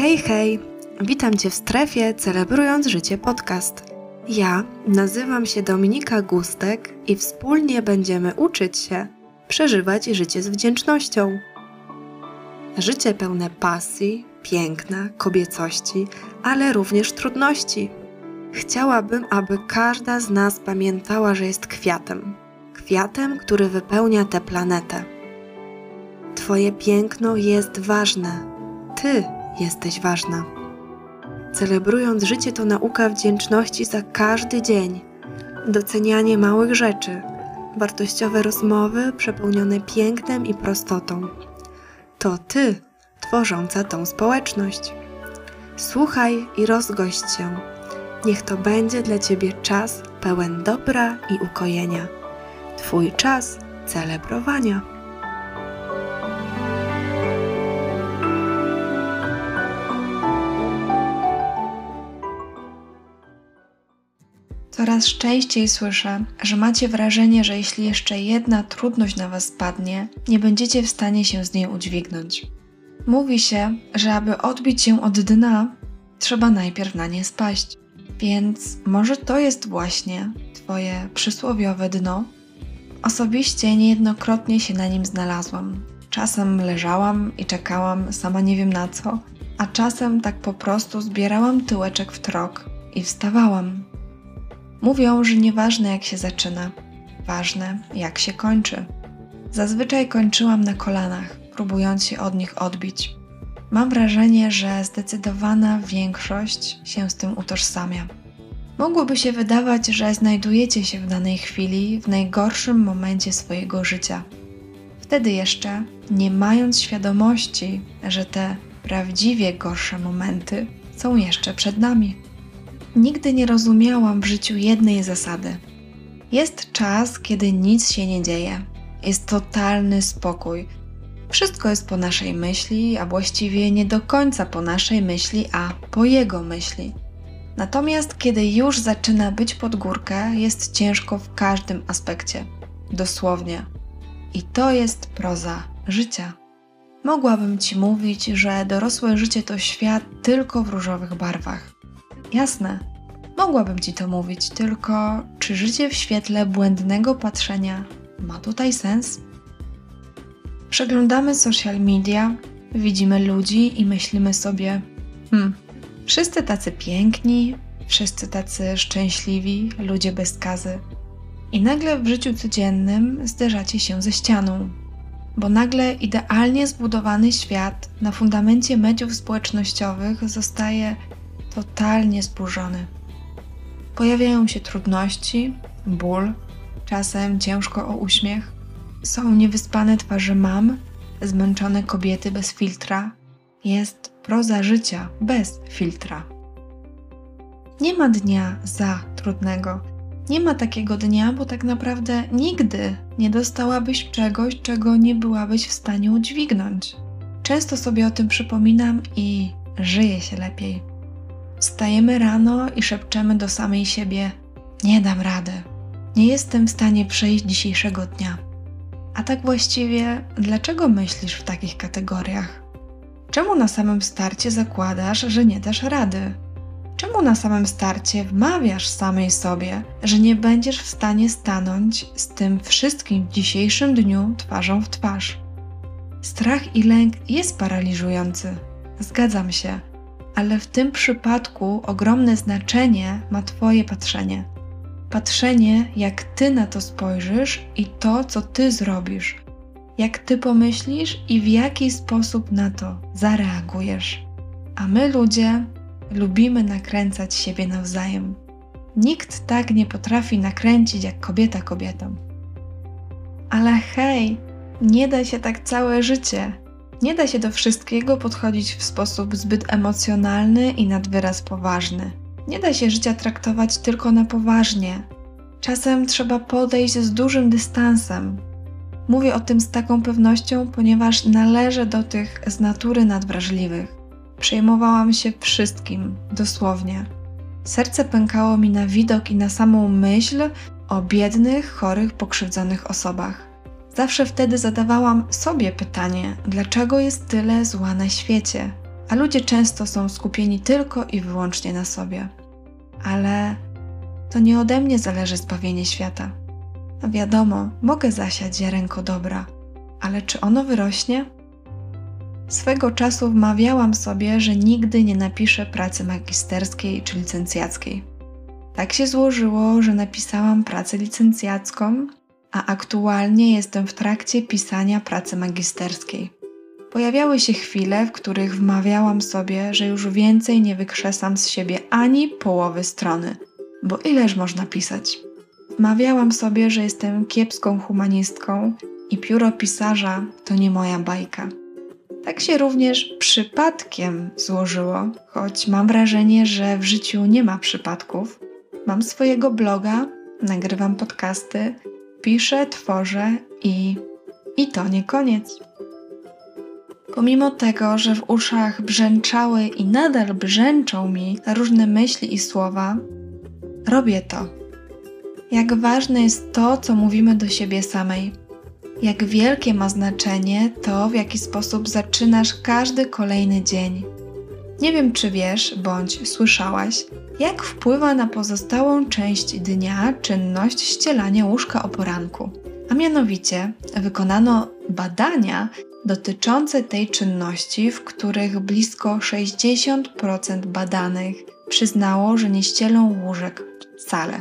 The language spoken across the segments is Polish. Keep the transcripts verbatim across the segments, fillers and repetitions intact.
Hej, hej! Witam Cię w strefie Celebrując Życie podcast. Ja nazywam się Dominika Gustek i wspólnie będziemy uczyć się przeżywać życie z wdzięcznością. Życie pełne pasji, piękna, kobiecości, ale również trudności. Chciałabym, aby każda z nas pamiętała, że jest kwiatem. Kwiatem, który wypełnia tę planetę. Twoje piękno jest ważne. Ty jesteś ważna. Celebrując życie to nauka wdzięczności za każdy dzień, docenianie małych rzeczy, wartościowe rozmowy przepełnione pięknem i prostotą. To Ty, tworząca tą społeczność. Słuchaj i rozgość się. Niech to będzie dla Ciebie czas pełen dobra i ukojenia. Twój czas celebrowania. Coraz częściej słyszę, że macie wrażenie, że jeśli jeszcze jedna trudność na Was spadnie, nie będziecie w stanie się z niej udźwignąć. Mówi się, że aby odbić się od dna, trzeba najpierw na nie spaść. Więc może to jest właśnie Twoje przysłowiowe dno? Osobiście niejednokrotnie się na nim znalazłam. Czasem leżałam i czekałam sama nie wiem na co, a czasem tak po prostu zbierałam tyłeczek w trok i wstawałam. Mówią, że nieważne jak się zaczyna, ważne jak się kończy. Zazwyczaj kończyłam na kolanach, próbując się od nich odbić. Mam wrażenie, że zdecydowana większość się z tym utożsamia. Mogłoby się wydawać, że znajdujecie się w danej chwili w najgorszym momencie swojego życia. Wtedy jeszcze, nie mając świadomości, że te prawdziwie gorsze momenty są jeszcze przed nami. Nigdy nie rozumiałam w życiu jednej zasady. Jest czas, kiedy nic się nie dzieje. Jest totalny spokój. Wszystko jest po naszej myśli, a właściwie nie do końca po naszej myśli, a po jego myśli. Natomiast kiedy już zaczyna być pod górkę, jest ciężko w każdym aspekcie. Dosłownie. I to jest proza życia. Mogłabym Ci mówić, że dorosłe życie to świat tylko w różowych barwach. Jasne, mogłabym Ci to mówić, tylko czy życie w świetle błędnego patrzenia ma tutaj sens? Przeglądamy social media, widzimy ludzi i myślimy sobie hmm, wszyscy tacy piękni, wszyscy tacy szczęśliwi, ludzie bez skazy. I nagle w życiu codziennym zderzacie się ze ścianą, bo nagle idealnie zbudowany świat na fundamencie mediów społecznościowych zostaje totalnie zburzony. Pojawiają się trudności, ból, czasem ciężko o uśmiech. Są niewyspane twarze mam, zmęczone kobiety bez filtra. Jest proza życia bez filtra. Nie ma dnia za trudnego. Nie ma takiego dnia, bo tak naprawdę nigdy nie dostałabyś czegoś, czego nie byłabyś w stanie udźwignąć. Często sobie o tym przypominam i żyje się lepiej. Wstajemy rano i szepczemy do samej siebie: nie dam rady, nie jestem w stanie przejść dzisiejszego dnia. A tak właściwie, dlaczego myślisz w takich kategoriach? Czemu na samym starcie zakładasz, że nie dasz rady? Czemu na samym starcie wmawiasz samej sobie, że nie będziesz w stanie stanąć z tym wszystkim w dzisiejszym dniu twarzą w twarz? Strach i lęk jest paraliżujący, zgadzam się. Ale w tym przypadku ogromne znaczenie ma Twoje patrzenie. Patrzenie, jak Ty na to spojrzysz i to, co Ty zrobisz. Jak Ty pomyślisz i w jaki sposób na to zareagujesz. A my ludzie lubimy nakręcać siebie nawzajem. Nikt tak nie potrafi nakręcić jak kobieta kobietą. Ale hej, nie da się tak całe życie. Nie da się do wszystkiego podchodzić w sposób zbyt emocjonalny i nad wyraz poważny. Nie da się życia traktować tylko na poważnie. Czasem trzeba podejść z dużym dystansem. Mówię o tym z taką pewnością, ponieważ należę do tych z natury nadwrażliwych. Przejmowałam się wszystkim, dosłownie. Serce pękało mi na widok i na samą myśl o biednych, chorych, pokrzywdzonych osobach. Zawsze wtedy zadawałam sobie pytanie, dlaczego jest tyle zła na świecie? a ludzie często są skupieni tylko i wyłącznie na sobie. Ale to nie ode mnie zależy zbawienie świata. No wiadomo, mogę zasiać ziarenko dobra, ale czy ono wyrośnie? Swego czasu wmawiałam sobie, że nigdy nie napiszę pracy magisterskiej czy licencjackiej. Tak się złożyło, że napisałam pracę licencjacką, a aktualnie jestem w trakcie pisania pracy magisterskiej. Pojawiały się chwile, w których wmawiałam sobie, że już więcej nie wykrzesam z siebie ani połowy strony, bo ileż można pisać? Wmawiałam sobie, że jestem kiepską humanistką i pióro pisarza to nie moja bajka. Tak się również przypadkiem złożyło, choć mam wrażenie, że w życiu nie ma przypadków. Mam swojego bloga, nagrywam podcasty, piszę, tworzę i... i to nie koniec. Pomimo tego, że w uszach brzęczały i nadal brzęczą mi różne myśli i słowa, robię to. Jak ważne jest to, co mówimy do siebie samej. Jak wielkie ma znaczenie to, w jaki sposób zaczynasz każdy kolejny dzień. Nie wiem, czy wiesz, bądź słyszałaś, jak wpływa na pozostałą część dnia czynność ścielania łóżka o poranku. A mianowicie wykonano badania dotyczące tej czynności, w których blisko sześćdziesiąt procent badanych przyznało, że nie ścielą łóżek wcale.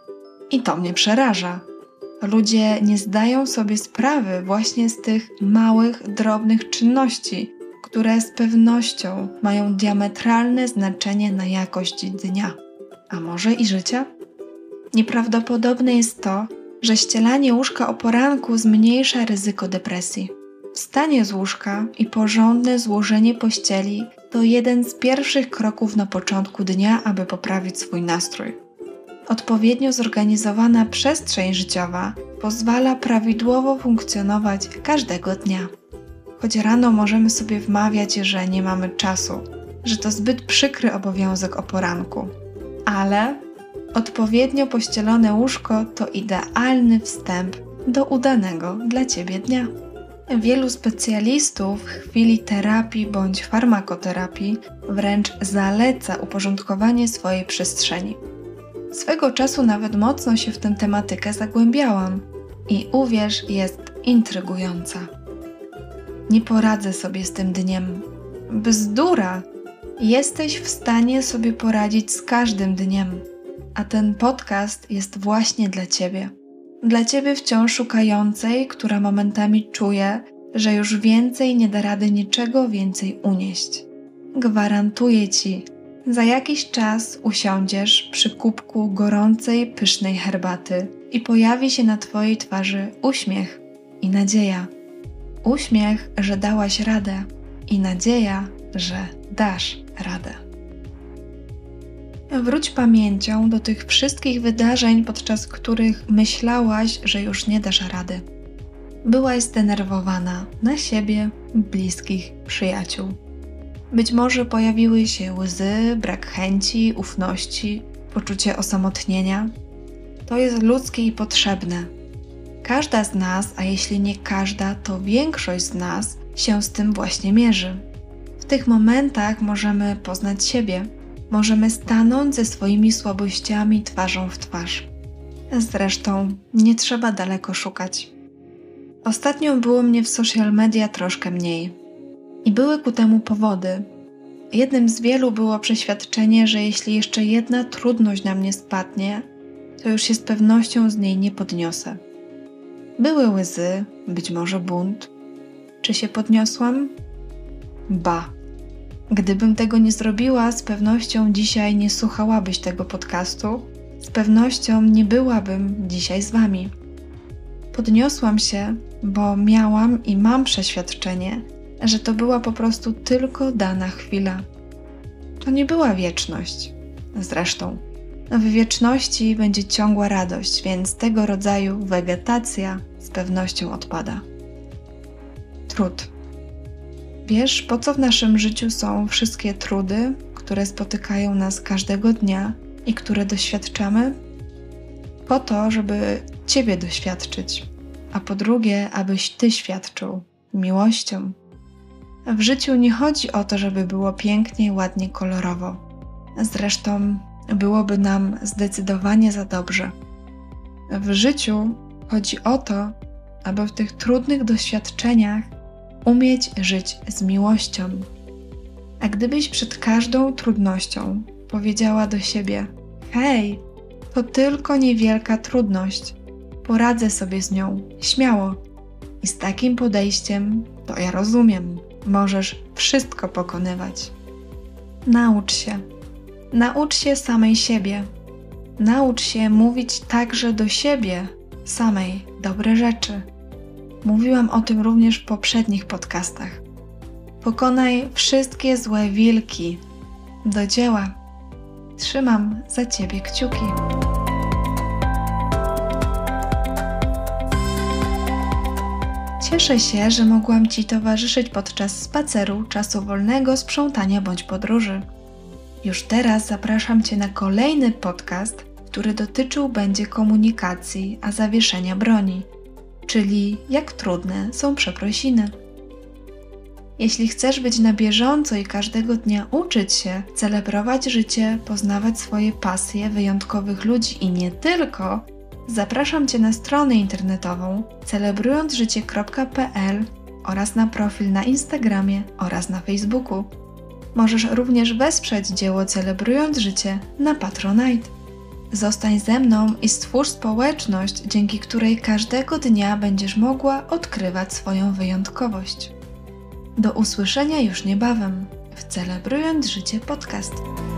I to mnie przeraża. Ludzie nie zdają sobie sprawy właśnie z tych małych, drobnych czynności, które z pewnością mają diametralne znaczenie na jakość dnia, a może i życia? Nieprawdopodobne jest to, że ścielanie łóżka o poranku zmniejsza ryzyko depresji. Wstanie z łóżka i porządne złożenie pościeli to jeden z pierwszych kroków na początku dnia, aby poprawić swój nastrój. Odpowiednio zorganizowana przestrzeń życiowa pozwala prawidłowo funkcjonować każdego dnia. Choć rano możemy sobie wmawiać, że nie mamy czasu, że to zbyt przykry obowiązek o poranku. Ale odpowiednio pościelone łóżko to idealny wstęp do udanego dla Ciebie dnia. Wielu specjalistów w chwili terapii bądź farmakoterapii wręcz zaleca uporządkowanie swojej przestrzeni. Swego czasu nawet mocno się w tę tematykę zagłębiałam i uwierz, jest intrygująca. Nie poradzę sobie z tym dniem. Bzdura! Jesteś w stanie sobie poradzić z każdym dniem, a ten podcast jest właśnie dla Ciebie. Dla Ciebie wciąż szukającej, która momentami czuje, że już więcej nie da rady niczego więcej unieść. Gwarantuję Ci, za jakiś czas usiądziesz przy kubku gorącej, pysznej herbaty i pojawi się na Twojej twarzy uśmiech i nadzieja. Uśmiech, że dałaś radę i nadzieja, że dasz radę. Wróć pamięcią do tych wszystkich wydarzeń, podczas których myślałaś, że już nie dasz rady. Byłaś zdenerwowana na siebie, bliskich, przyjaciół. Być może pojawiły się łzy, brak chęci, ufności, poczucie osamotnienia. To jest ludzkie i potrzebne. Każda z nas, a jeśli nie każda, to większość z nas się z tym właśnie mierzy. W tych momentach możemy poznać siebie. Możemy stanąć ze swoimi słabościami twarzą w twarz. Zresztą nie trzeba daleko szukać. Ostatnio było mnie w social media troszkę mniej. I były ku temu powody. Jednym z wielu było przeświadczenie, że jeśli jeszcze jedna trudność na mnie spadnie, to już się z pewnością z niej nie podniosę. Były łzy, być może bunt. Czy się podniosłam? Ba! Gdybym tego nie zrobiła, z pewnością dzisiaj nie słuchałabyś tego podcastu, z pewnością nie byłabym dzisiaj z Wami. Podniosłam się, bo miałam i mam przeświadczenie, że to była po prostu tylko dana chwila. To nie była wieczność. Zresztą, w wieczności będzie ciągła radość, więc tego rodzaju wegetacja z pewnością odpada. Trud. Wiesz, po co w naszym życiu są wszystkie trudy, które spotykają nas każdego dnia i które doświadczamy? Po to, żeby Ciebie doświadczyć, a po drugie, abyś Ty świadczył miłością. W życiu nie chodzi o to, żeby było pięknie, ładnie, kolorowo. Zresztą byłoby nam zdecydowanie za dobrze. W życiu chodzi o to, aby w tych trudnych doświadczeniach umieć żyć z miłością. A gdybyś przed każdą trudnością powiedziała do siebie: hej, to tylko niewielka trudność, poradzę sobie z nią, śmiało. I z takim podejściem, to ja rozumiem, możesz wszystko pokonywać. Naucz się. Naucz się samej siebie. Naucz się mówić także do siebie samej dobre rzeczy. Mówiłam o tym również w poprzednich podcastach. Pokonaj wszystkie złe wilki. Do dzieła. Trzymam za Ciebie kciuki. Cieszę się, że mogłam Ci towarzyszyć podczas spaceru, czasu wolnego, sprzątania bądź podróży. Już teraz zapraszam Cię na kolejny podcast, który dotyczył będzie komunikacji, a zawieszenia broni, czyli jak trudne są przeprosiny. Jeśli chcesz być na bieżąco i każdego dnia uczyć się, celebrować życie, poznawać swoje pasje, wyjątkowych ludzi i nie tylko, zapraszam Cię na stronę internetową celebrując życie kropka pe el oraz na profil na Instagramie oraz na Facebooku. Możesz również wesprzeć dzieło Celebrując Życie na Patronite. Zostań ze mną i stwórz społeczność, dzięki której każdego dnia będziesz mogła odkrywać swoją wyjątkowość. Do usłyszenia już niebawem w Celebrując Życie podcast.